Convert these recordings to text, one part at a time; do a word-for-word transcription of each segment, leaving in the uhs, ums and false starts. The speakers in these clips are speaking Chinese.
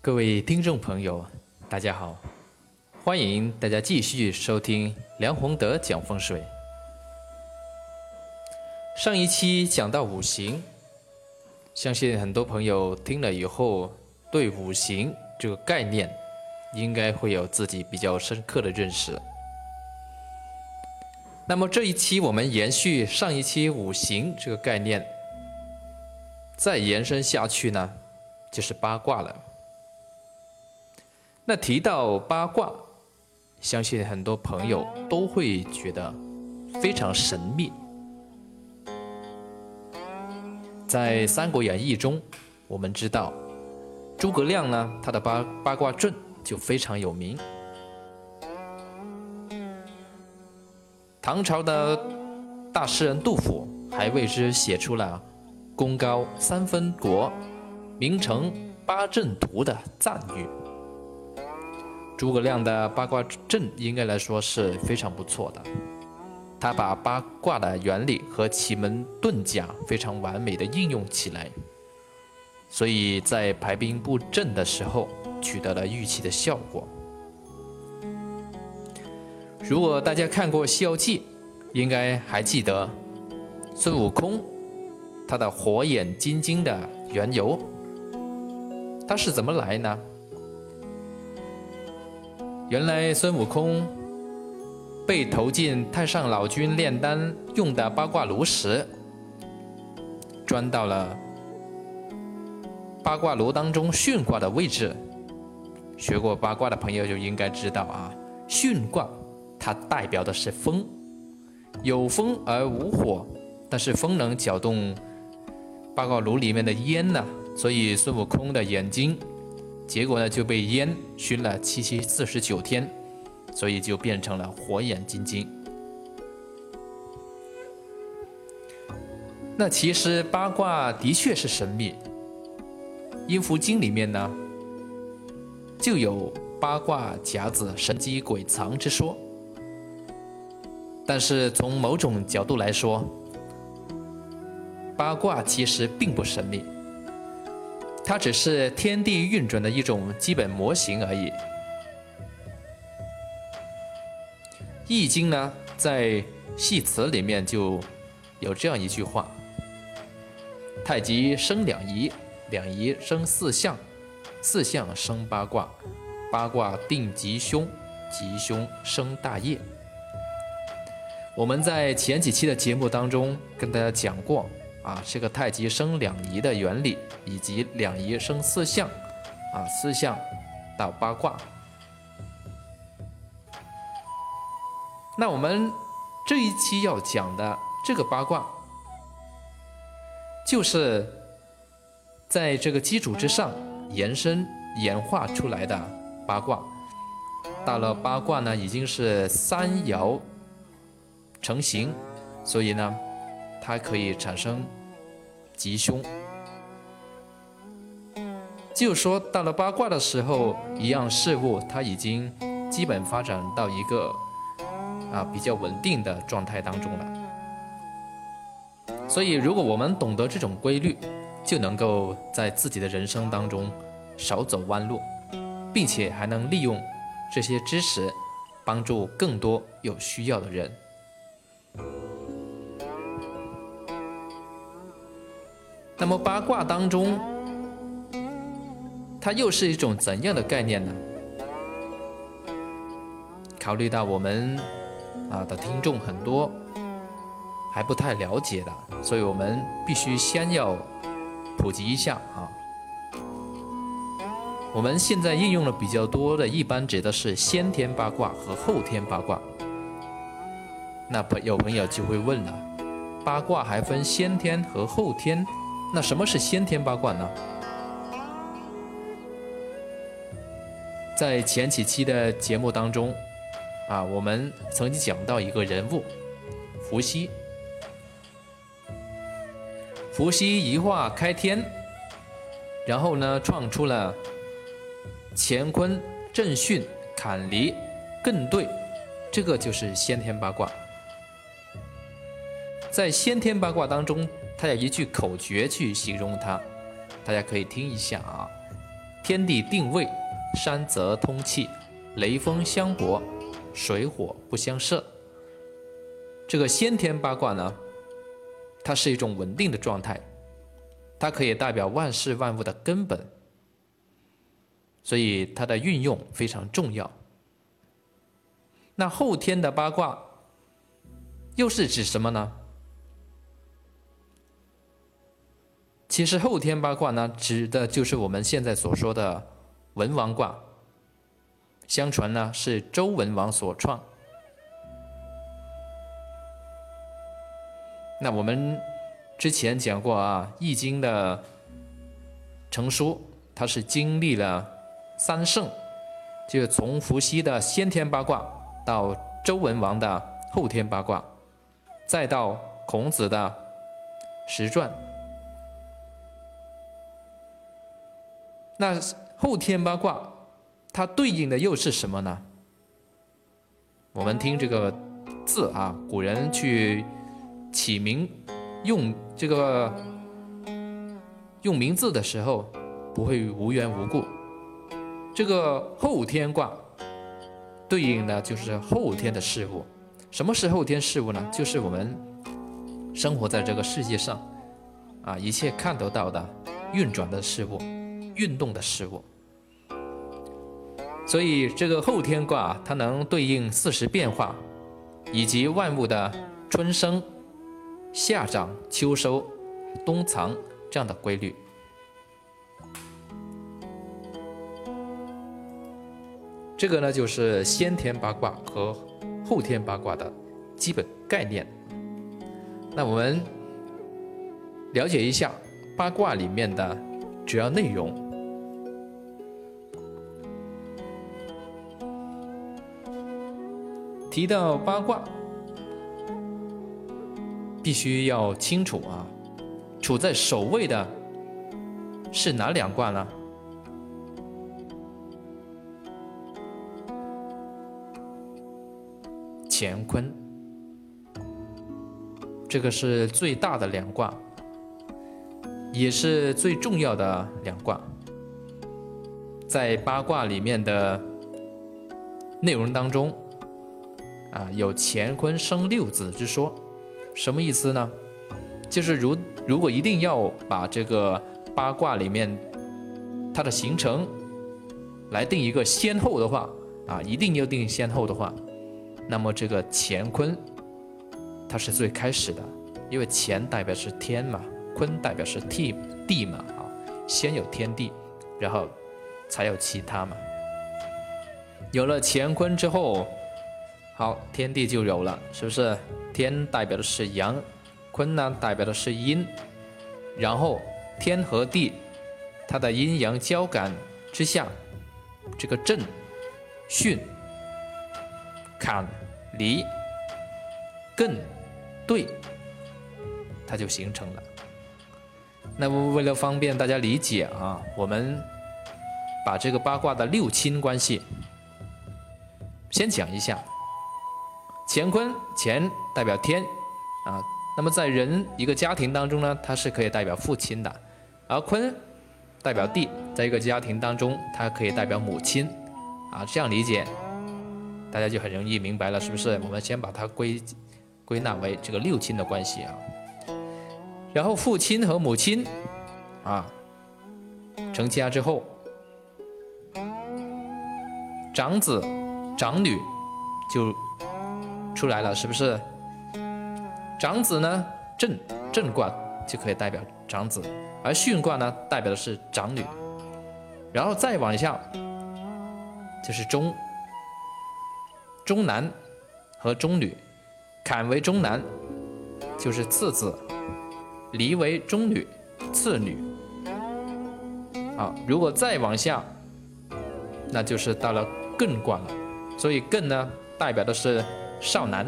各位听众朋友，大家好，欢迎大家继续收听梁宏德讲风水。上一期讲到五行，相信很多朋友听了以后，对五行这个概念应该会有自己比较深刻的认识。那么这一期我们延续上一期五行这个概念，再延伸下去呢，就是八卦了。那提到八卦，相信很多朋友都会觉得非常神秘。在《三国演义》中，我们知道诸葛亮呢，他的八八卦阵就非常有名。唐朝的大诗人杜甫还为之写出了“功高三分国，名成八阵图”的赞誉。诸葛亮的八卦阵应该来说是非常不错的，他把八卦的原理和奇门遁甲非常完美的应用起来，所以在排兵布阵的时候取得了预期的效果。如果大家看过《西游记》，应该还记得孙悟空他的火眼金睛的缘由，他是怎么来呢？原来孙悟空被投进太上老君炼丹用的八卦炉时，钻到了八卦炉当中巽卦的位置。学过八卦的朋友就应该知道啊，巽卦它代表的是风，有风而无火，但是风能搅动八卦炉里面的烟呢，所以孙悟空的眼睛结果呢就被烟熏了七七四十九天，所以就变成了火眼金睛。那其实八卦的确是神秘，阴符经里面呢就有八卦甲子神机鬼藏之说，但是从某种角度来说，八卦其实并不神秘，它只是天地运转的一种基本模型而已。易经呢，在系辞里面就有这样一句话：太极生两仪，两仪生四象，四象生八卦，八卦定吉凶，吉凶生大业。我们在前几期的节目当中跟大家讲过啊，这个太极生两仪的原理，以及两仪生四象，啊，四象到八卦。那我们这一期要讲的这个八卦，就是在这个基础之上延伸演化出来的八卦。到了八卦呢，已经是三爻成型，所以呢，它可以产生吉凶。就说到了八卦的时候，一样事物它已经基本发展到一个啊比较稳定的状态当中了。所以如果我们懂得这种规律，就能够在自己的人生当中少走弯路，并且还能利用这些知识帮助更多有需要的人。那么八卦当中，它又是一种怎样的概念呢？考虑到我们啊的听众很多还不太了解的，所以我们必须先要普及一下啊。我们现在应用的比较多的，一般指的是先天八卦和后天八卦。那有朋友就会问了，八卦还分先天和后天，那什么是先天八卦呢？在前几期的节目当中啊，我们曾经讲到一个人物伏羲。伏羲一画开天，然后呢创出了乾坤、震巽、坎离、艮兑，这个就是先天八卦。在先天八卦当中，它有一句口诀去形容它，大家可以听一下啊： 天地定位，山泽通气，雷风相搏，水火不相涉。这个先天八卦呢，它是一种稳定的状态，它可以代表万事万物的根本，所以它的运用非常重要。那后天的八卦又是指什么呢？其实后天八卦呢，指的就是我们现在所说的文王卦。相传呢是周文王所创。那我们之前讲过啊，《易经》的成书，它是经历了三圣，就是从伏羲的先天八卦，到周文王的后天八卦，再到孔子的实传。那后天八卦它对应的又是什么呢？我们听这个字啊，古人去起名用这个用名字的时候不会无缘无故。这个后天卦对应的就是后天的事物。什么是后天事物呢？就是我们生活在这个世界上啊，一切看得到的运转的事物，运动的事物。所以这个后天卦它能对应四时变化，以及万物的春生、夏长、秋收、冬藏这样的规律。这个呢就是先天八卦和后天八卦的基本概念。那我们了解一下八卦里面的主要内容。提到八卦，必须要清楚啊，处在首位的是哪两卦呢？乾坤，这个是最大的两卦，也是最重要的两卦。在八卦里面的内容当中啊，有乾坤生六子之说。什么意思呢？就是如如果一定要把这个八卦里面它的形成来定一个先后的话啊，一定要定先后的话，那么这个乾坤它是最开始的，因为乾代表是天嘛，坤代表是地地嘛啊，先有天地，然后才有其他嘛。有了乾坤之后，好，天地就有了，是不是？天代表的是阳，坤呢代表的是阴，然后天和地它的阴阳交感之下，这个震、巽、坎、离、艮、兑，它就形成了。那么为了方便大家理解啊，我们把这个八卦的六亲关系先讲一下。乾坤，乾代表天啊，那么在人一个家庭当中呢，它是可以代表父亲的，而坤代表地，在一个家庭当中它可以代表母亲啊，这样理解大家就很容易明白了，是不是？我们先把它归归纳为这个六亲的关系啊。然后父亲和母亲啊成家之后，长子长女就出来了，是不是？长子呢，震震卦就可以代表长子，而巽卦呢代表的是长女。然后再往下就是中中男和中女，坎为中男就是次子，离为中女次女。好，如果再往下，那就是到了艮卦了。所以艮呢代表的是少男，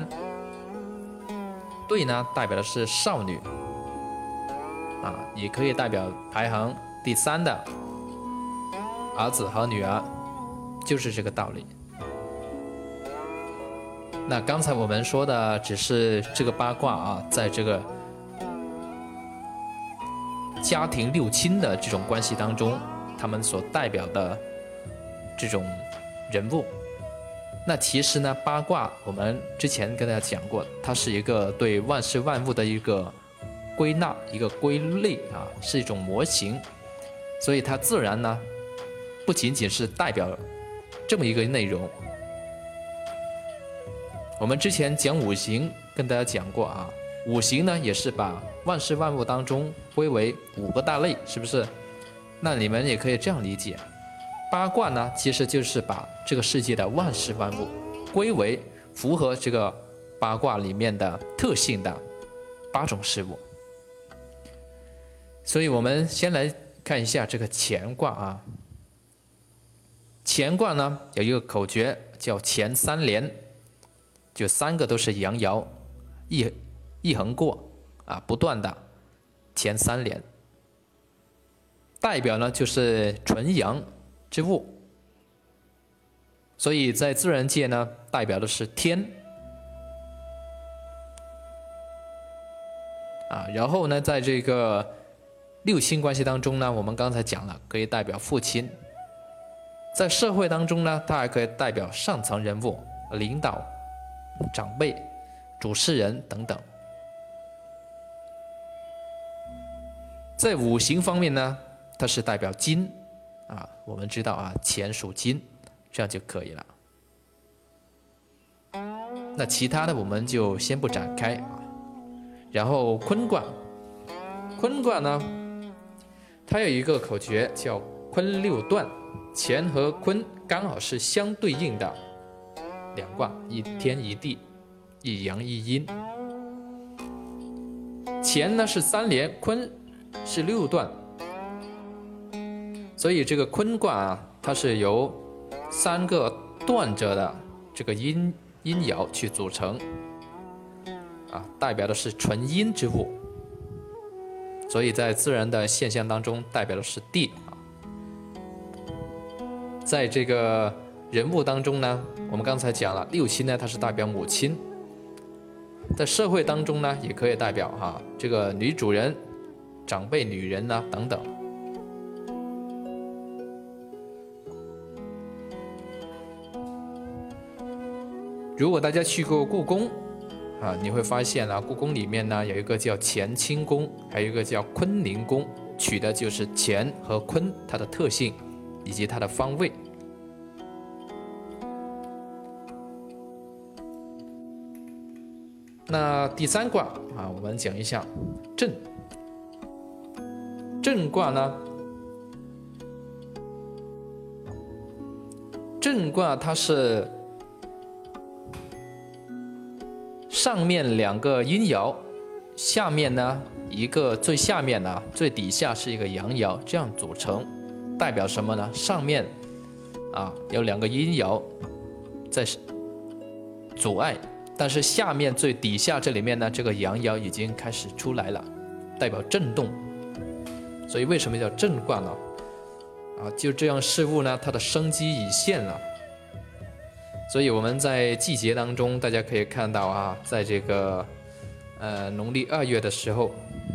兑呢代表的是少女啊，也可以代表排行第三的儿子和女儿，就是这个道理。那刚才我们说的只是这个八卦啊，在这个家庭六亲的这种关系当中， 他们所代表的这种人物。那其实呢，八卦我们之前跟大家讲过，它是一个对万事万物的一个归纳、一个归类啊，是一种模型。所以它自然呢，不仅仅是代表这么一个内容。我们之前讲五行跟大家讲过啊，五行呢也是把万事万物当中归为五个大类，是不是？那你们也可以这样理解，八卦呢其实就是把这个世界的万事万物归为符合这个八卦里面的特性的八种事物。所以我们先来看一下这个乾卦啊。乾卦呢有一个口诀叫乾三连，就三个都是阳爻，一一横过啊，不断的乾三连，代表呢就是纯阳之物，所以在自然界呢代表的是天啊，然后呢在这个六亲关系当中呢，我们刚才讲了可以代表父亲，在社会当中呢它还可以代表上层人物、领导、长辈、主事人等等。在五行方面呢，它是代表金啊，我们知道啊，乾属金，这样就可以了。那其他的我们就先不展开啊。然后坤卦，坤卦呢，它有一个口诀叫坤六断，乾和坤刚好是相对应的两卦，一天一地，一阳一阴。乾呢是三连，坤是六段，所以这个坤卦啊，它是由三个断着的这个阴阴爻去组成，啊，代表的是纯阴之物，所以在自然的现象当中，代表的是地啊。在这个人物当中呢，我们刚才讲了，六亲呢，它是代表母亲，在社会当中呢，也可以代表哈、啊、这个女主人、长辈女人呐、啊、等等。如果大家去过故宫啊，你会发现啊，故宫里面呢有一个叫乾清宫，还有一个叫坤宁宫，取的就是乾和坤它的特性以及它的方位。那第三卦啊，我们讲一下震。震卦呢，震卦它是上面两个阴爻，下面呢一个最下面呢最底下是一个阳爻，这样组成，代表什么呢？上面啊有两个阴爻在阻碍，但是下面最底下这里面呢，这个阳爻已经开始出来了，代表震动。所以为什么叫震卦呢？啊，就这样事物呢，它的生机已现了。所以我们在季节当中，大家可以看到啊，在这个呃农历二月的时候，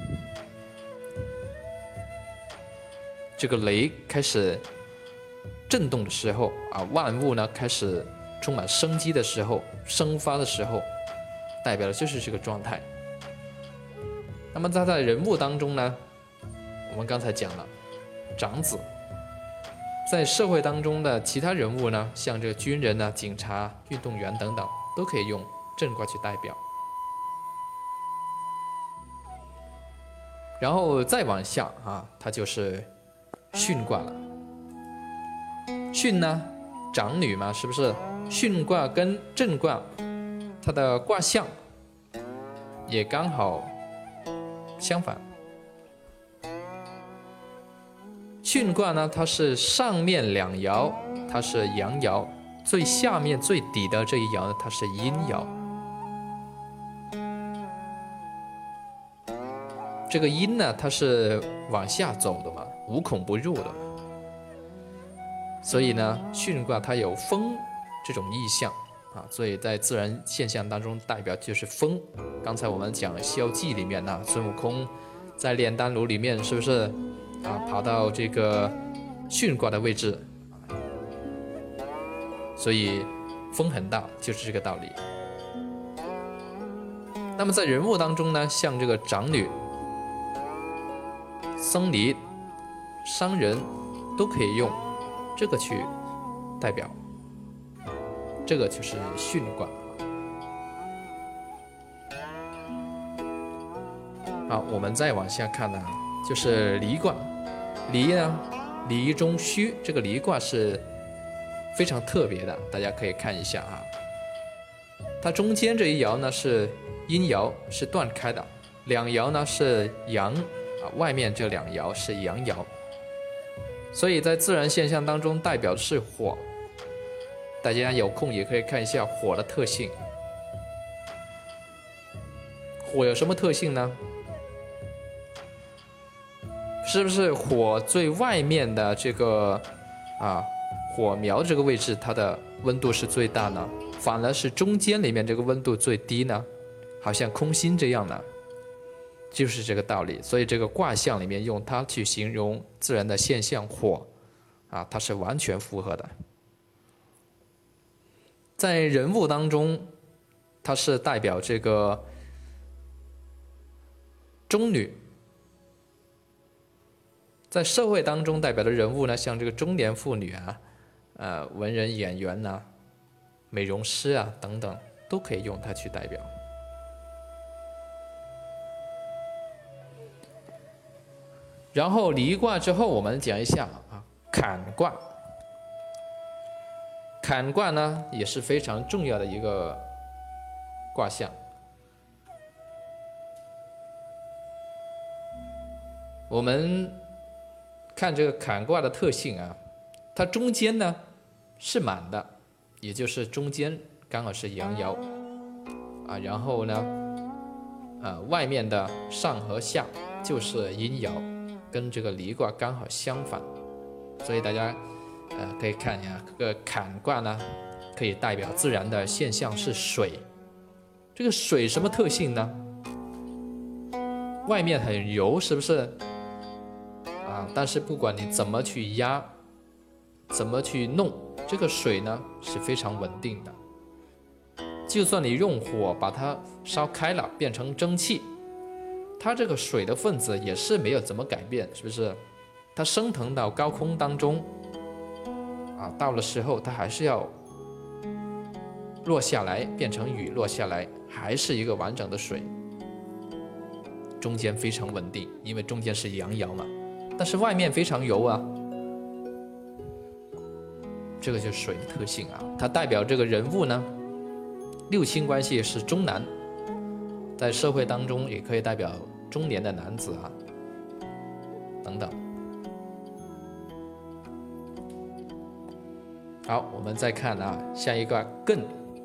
这个雷开始震动的时候啊，万物呢开始充满生机的时候，生发的时候，代表的就是这个状态。那么它在人物当中呢，我们刚才讲了长子，在社会当中的其他人物呢，像这个军人呢、警察、运动员等等，都可以用震卦去代表。然后再往下啊，它就是巽卦了。巽呢，长女嘛，是不是？巽卦跟震卦，它的卦象也刚好相反。巽卦呢，它是上面两爻，它是阳爻，最下面最底的这一爻呢，它是阴爻。这个阴呢，它是往下走的嘛，无孔不入的，所以呢，巽卦它有风这种意象啊，所以在自然现象当中代表就是风。刚才我们讲《西游记》里面呢，孙悟空在炼丹炉里面是不是啊，跑到这个巽卦的位置，所以风很大，就是这个道理。那么在人物当中呢，像这个长女、僧尼、商人都可以用这个去代表，这个就是巽卦。好，我们再往下看呢，就是离卦。离呢，离中虚，这个离卦是非常特别的，大家可以看一下啊。它中间这一爻呢是阴爻，是断开的；两爻呢是阳啊，外面这两爻是阳爻。所以在自然现象当中代表的是火。大家有空也可以看一下火的特性。火有什么特性呢？是不是火最外面的这个啊火苗这个位置，它的温度是最大呢？反而是中间里面这个温度最低呢？好像空心这样的，就是这个道理。所以这个卦象里面用它去形容自然的现象火啊，它是完全符合的。在人物当中，它是代表这个中女。在社会当中代表的人物呢，像这个中年妇女啊，呃，文人演员呐、啊、美容师啊等等，都可以用它去代表。然后离卦之后，我们讲一下啊，坎卦。坎卦呢也是非常重要的一个卦象。我们看这个坎卦的特性啊，它中间呢是满的，也就是中间刚好是阳爻啊，然后呢，呃，外面的上和下就是阴爻，跟这个离卦刚好相反，所以大家呃可以看一下这个坎卦呢，可以代表自然的现象是水。这个水什么特性呢？外面很油，是不是？啊，但是不管你怎么去压，怎么去弄，这个水呢是非常稳定的。就算你用火把它烧开了，变成蒸汽，它这个水的分子也是没有怎么改变，是不是？它升腾到高空当中，啊，到了时候它还是要落下来，变成雨落下来，还是一个完整的水，中间非常稳定，因为中间是阳爻嘛。但是外面非常油啊，这个就是水的特性啊。它代表这个人物呢，六亲关系是中男，在社会当中也可以代表中年的男子啊，等等。好，我们再看啊，下一个艮。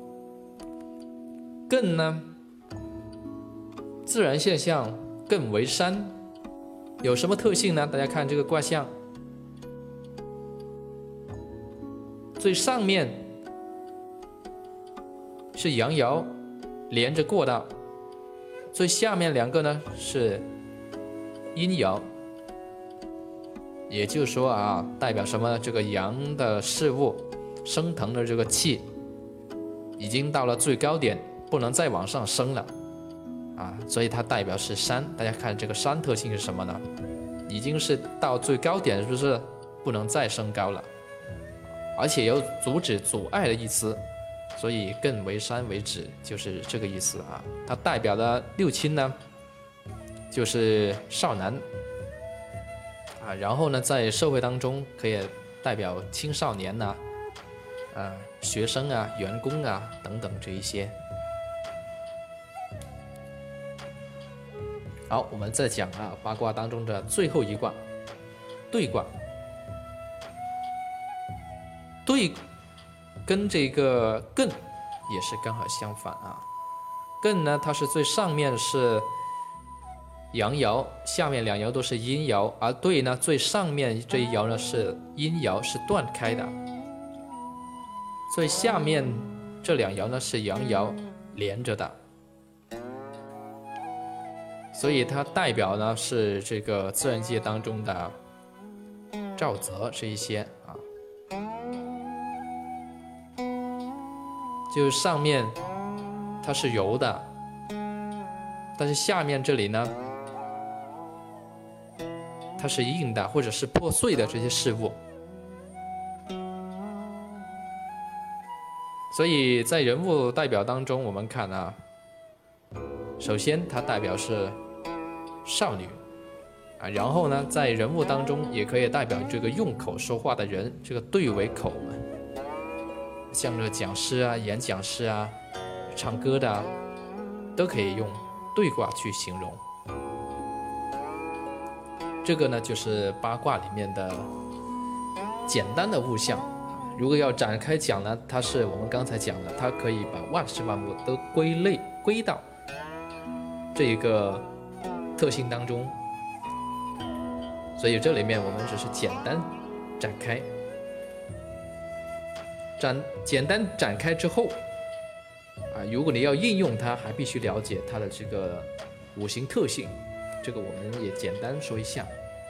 艮呢，自然现象艮为山。有什么特性呢？大家看这个卦象，最上面是阳爻连着过道，最下面两个呢是阴爻，也就是说啊，代表什么？这个阳的事物升腾的这个气已经到了最高点，不能再往上升了。啊，所以它代表是山。大家看这个山特性是什么呢？已经是到最高点，是不是不能再升高了？而且有阻止、阻碍的意思，所以艮为山为止，就是这个意思啊。它代表的六亲呢，就是少男啊，然后呢，在社会当中可以代表青少年呐、啊、啊学生啊、员工啊等等这一些。好，我们再讲啊，八卦当中的最后一卦，兑卦。兑跟这个艮也是刚好相反啊。艮呢，它是最上面是阳爻，下面两爻都是阴爻，而兑呢，最上面这一爻呢是阴爻，是断开的。最下面这两爻呢是阳爻连着的。所以它代表呢是这个自然界当中的沼泽这一些啊，就上面它是柔的，但是下面这里呢，它是硬的或者是破碎的这些事物。所以在人物代表当中，我们看啊，首先它代表是少女啊，然后呢，在人物当中也可以代表这个用口说话的人，这个对尾口，像这个讲师啊、演讲师啊、唱歌的啊，都可以用对卦去形容。这个呢，就是八卦里面的简单的物象。如果要展开讲呢，它是我们刚才讲的，它可以把万事万物都归类归到这一个特性当中。所以这里面我们只是简单展开，展简单展开之后啊，如果你要应用它，还必须了解它的这个五行特性，这个我们也简单说一下。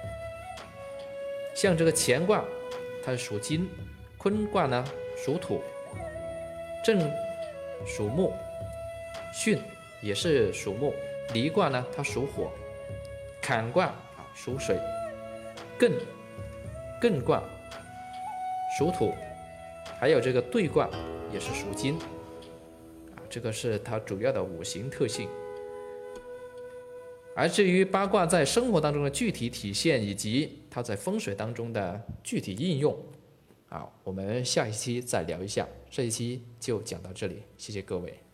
像这个乾卦，它是属金。坤卦呢属土，震属木，巽也是属木，离卦呢它属火，坎卦啊属水，艮艮卦属土，还有这个兑卦也是属金啊，这个是它主要的五行特性。而至于八卦在生活当中的具体体现，以及它在风水当中的具体应用，好，我们下一期再聊一下。这一期就讲到这里，谢谢各位。